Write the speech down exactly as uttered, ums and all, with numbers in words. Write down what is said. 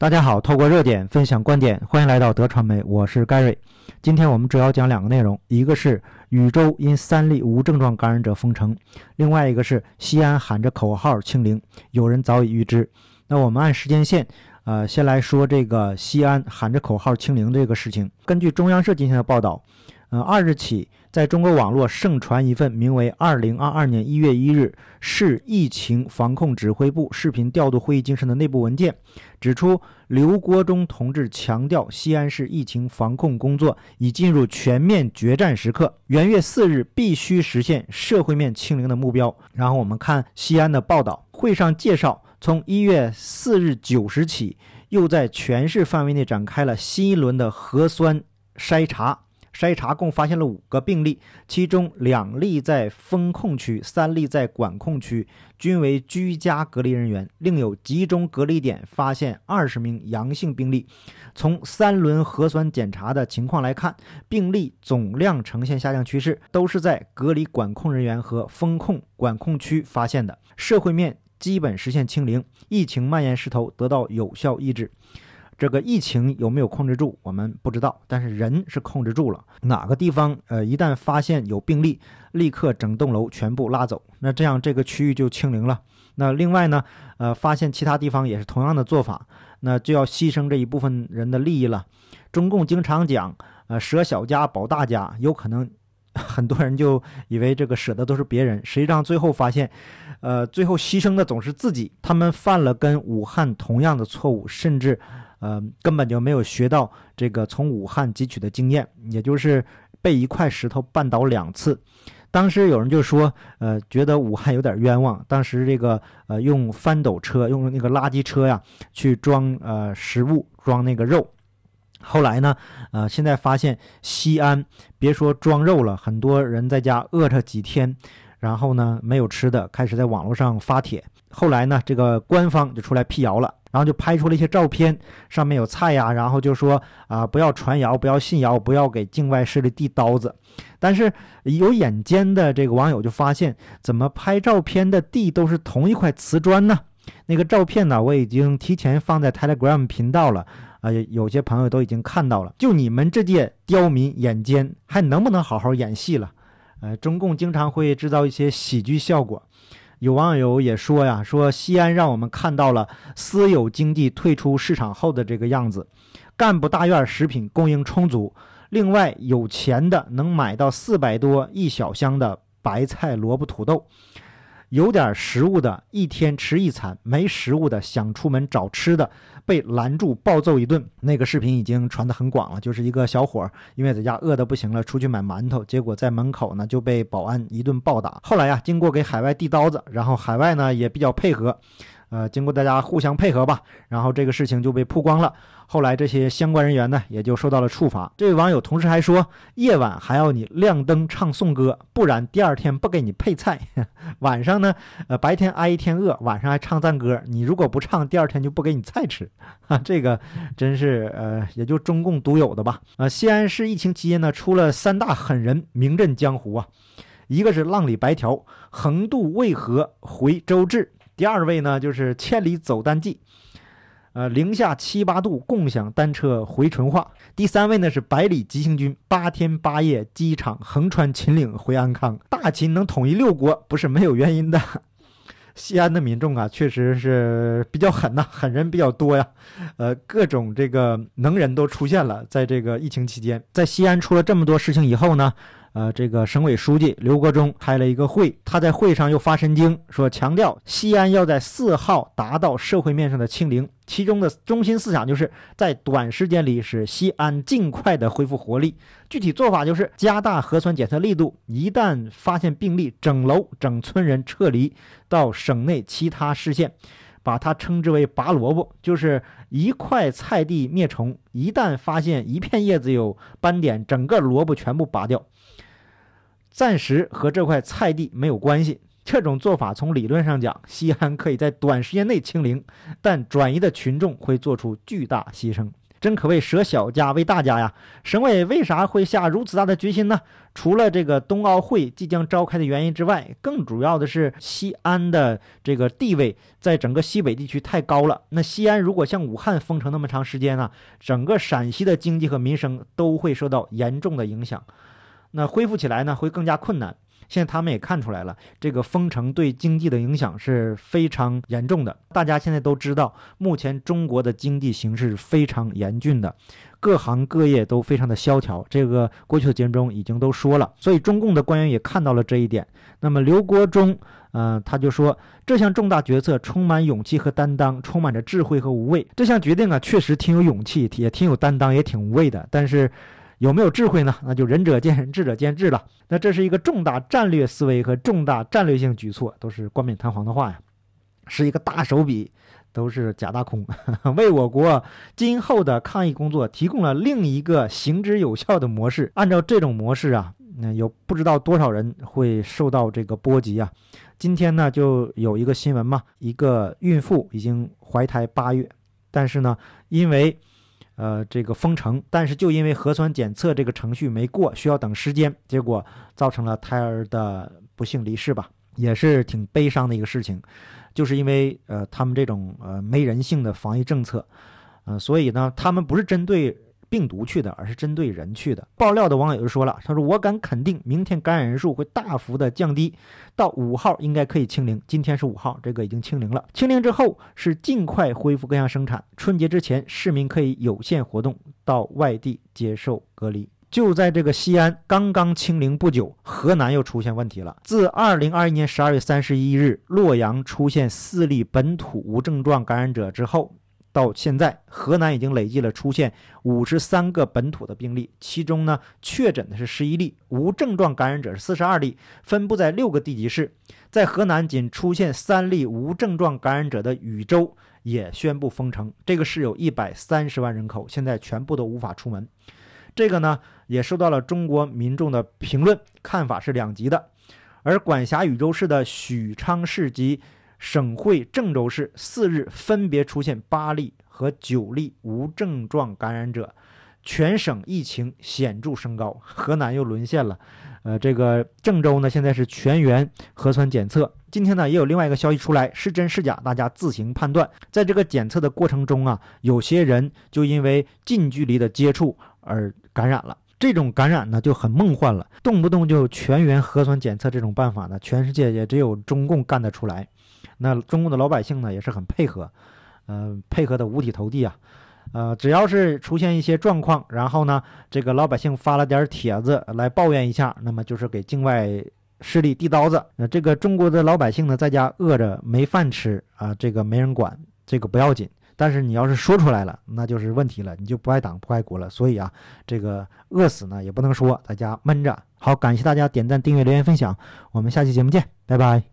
大家好，透过热点分享观点，欢迎来到德传媒，我是盖瑞。今天我们主要讲两个内容，一个是禹州因三例无症状感染者封城，另外一个是西安喊着口号清零，有人早已预知。那我们按时间线，呃，先来说这个西安喊着口号清零这个事情。根据中央社今天的报道，呃，二日起，在中国网络盛传一份名为二零二二年一月一日市疫情防控指挥部视频调度会议精神的内部文件，指出刘国中同志强调西安市疫情防控工作已进入全面决战时刻，元月四日必须实现社会面清零的目标。然后我们看西安的报道，会上介绍，从一月四日九时起，又在全市范围内展开了新一轮的核酸筛查。筛查共发现了五个病例，其中两例在封控区，三例在管控区，均为居家隔离人员。另有集中隔离点发现二十名阳性病例。从三轮核酸检查的情况来看，病例总量呈现下降趋势，都是在隔离管控人员和封控管控区发现的。社会面基本实现清零，疫情蔓延势头得到有效抑制。这个疫情有没有控制住我们不知道，但是人是控制住了。哪个地方呃一旦发现有病例，立刻整栋楼全部拉走，那这样这个区域就清零了。那另外呢，呃发现其他地方也是同样的做法，那就要牺牲这一部分人的利益了。中共经常讲呃舍小家保大家，有可能很多人就以为这个舍的都是别人，实际上最后发现呃最后牺牲的总是自己。他们犯了跟武汉同样的错误，甚至呃，根本就没有学到这个从武汉汲取的经验，也就是被一块石头绊倒两次。当时有人就说，呃，觉得武汉有点冤枉。当时这个呃用翻斗车，用那个垃圾车呀去装呃食物，装那个肉。后来呢，呃，现在发现西安别说装肉了，很多人在家饿着几天，然后呢没有吃的，开始在网络上发帖。后来呢，这个官方就出来辟谣了。然后就拍出了一些照片，上面有菜呀，然后就说啊、呃，不要传谣，不要信谣，不要给境外势力递刀子。但是有眼尖的这个网友就发现，怎么拍照片的地都是同一块瓷砖呢？那个照片呢，我已经提前放在 Telegram 频道了，啊、呃，有些朋友都已经看到了。就你们这届刁民眼尖，还能不能好好演戏了？呃，中共经常会制造一些喜剧效果。有网友也说呀，说西安让我们看到了私有经济退出市场后的这个样子，干部大院食品供应充足，另外有钱的能买到四百多一小箱的白菜、萝卜、土豆，有点食物的一天吃一餐，没食物的想出门找吃的被拦住暴揍一顿。那个视频已经传得很广了，就是一个小伙因为在家饿得不行了，出去买馒头，结果在门口呢就被保安一顿暴打。后来呀、啊，经过给海外递刀子，然后海外呢也比较配合，呃，经过大家互相配合吧，然后这个事情就被曝光了。后来这些相关人员呢也就受到了处罚。这位网友同时还说，夜晚还要你亮灯唱颂歌，不然第二天不给你配菜。晚上呢，呃，白天挨一天饿，晚上还唱赞歌，你如果不唱，第二天就不给你菜吃。啊，这个真是呃，也就中共独有的吧。呃，西安市疫情期间呢，出了三大狠人，名震江湖啊。一个是浪里白条，横渡渭河回周至。第二位呢，就是千里走单骑，呃，零下七八度共享单车回淳化。第三位呢是百里急行军，八天八夜机场横穿秦岭回安康。大秦能统一六国，不是没有原因的。西安的民众啊，确实是比较狠呐、啊，狠人比较多呀。呃，各种这个能人都出现了，在这个疫情期间，在西安出了这么多事情以后呢，呃，这个省委书记刘国中开了一个会，他在会上又发神经，说强调西安要在四号达到社会面上的清零，其中的中心思想就是在短时间里使西安尽快的恢复活力。具体做法就是加大核酸检测力度，一旦发现病例，整楼整村人撤离到省内其他市县，把它称之为拔萝卜，就是一块菜地灭虫，一旦发现一片叶子有斑点，整个萝卜全部拔掉。暂时和这块菜地没有关系。这种做法从理论上讲，西安可以在短时间内清零，但转移的群众会做出巨大牺牲。 真可谓舍小家为大家呀。省委为啥会下如此大的决心呢？除了这个冬奥会即将召开的原因之外，更主要的是西安的这个地位在整个西北地区太高了。那西安如果像武汉封城那么长时间呢，整个陕西的经济和民生都会受到严重的影响，那恢复起来呢会更加困难。现在他们也看出来了，这个封城对经济的影响是非常严重的。大家现在都知道，目前中国的经济形势非常严峻的，各行各业都非常的萧条，这个过去的节目中已经都说了，所以中共的官员也看到了这一点。那么刘国中呃，他就说，这项重大决策充满勇气和担当，充满着智慧和无畏。这项决定啊，确实挺有勇气，也挺有担当，也挺无畏的，但是有没有智慧呢？那就仁者见仁，智者见智了。那这是一个重大战略思维和重大战略性举措，都是冠冕堂皇的话呀，是一个大手笔，都是假大空，为我国今后的抗疫工作提供了另一个行之有效的模式。按照这种模式啊，那有不知道多少人会受到这个波及啊。今天呢，就有一个新闻嘛，一个孕妇已经怀胎八月，但是呢，因为呃，这个封城，但是就因为核酸检测这个程序没过，需要等时间，结果造成了胎儿的不幸离世吧，也是挺悲伤的一个事情。就是因为呃他们这种呃没人性的防疫政策，呃，所以呢，他们不是针对病毒去的，而是针对人去的。爆料的网友就说了，他说我敢肯定，明天感染人数会大幅的降低，到五号应该可以清零。今天是五号，这个已经清零了。清零之后是尽快恢复各项生产，春节之前市民可以有限活动，到外地接受隔离。就在这个西安刚刚清零不久，河南又出现问题了。自二零二一年十二月三十一日洛阳出现四例本土无症状感染者之后，到现在河南已经累计了出现五十三个本土的病例，其中呢确诊的是十一例，无症状感染者是四十二例，分布在六个地级市。在河南仅出现三例无症状感染者的禹州也宣布封城，这个市有一百三十万人口，现在全部都无法出门。这个呢也受到了中国民众的评论，看法是两极的。而管辖禹州市的许昌市及省会郑州市四日分别出现八例和九例无症状感染者，全省疫情显著升高。河南又沦陷了，呃，这个郑州呢现在是全员核酸检测。今天呢也有另外一个消息出来，是真是假大家自行判断。在这个检测的过程中啊，有些人就因为近距离的接触而感染了。这种感染呢就很梦幻了，动不动就全员核酸检测，这种办法呢全世界也只有中共干得出来。那中共的老百姓呢也是很配合，呃，配合的五体投地啊。呃，只要是出现一些状况，然后呢这个老百姓发了点帖子来抱怨一下，那么就是给境外势力递刀子。呃，这个中国的老百姓呢在家饿着没饭吃啊、呃，这个没人管，这个不要紧。但是你要是说出来了，那就是问题了，你就不爱党不爱国了。所以啊，这个饿死呢也不能说，在家闷着。好，感谢大家点赞、订阅、留言、分享，我们下期节目见，拜拜。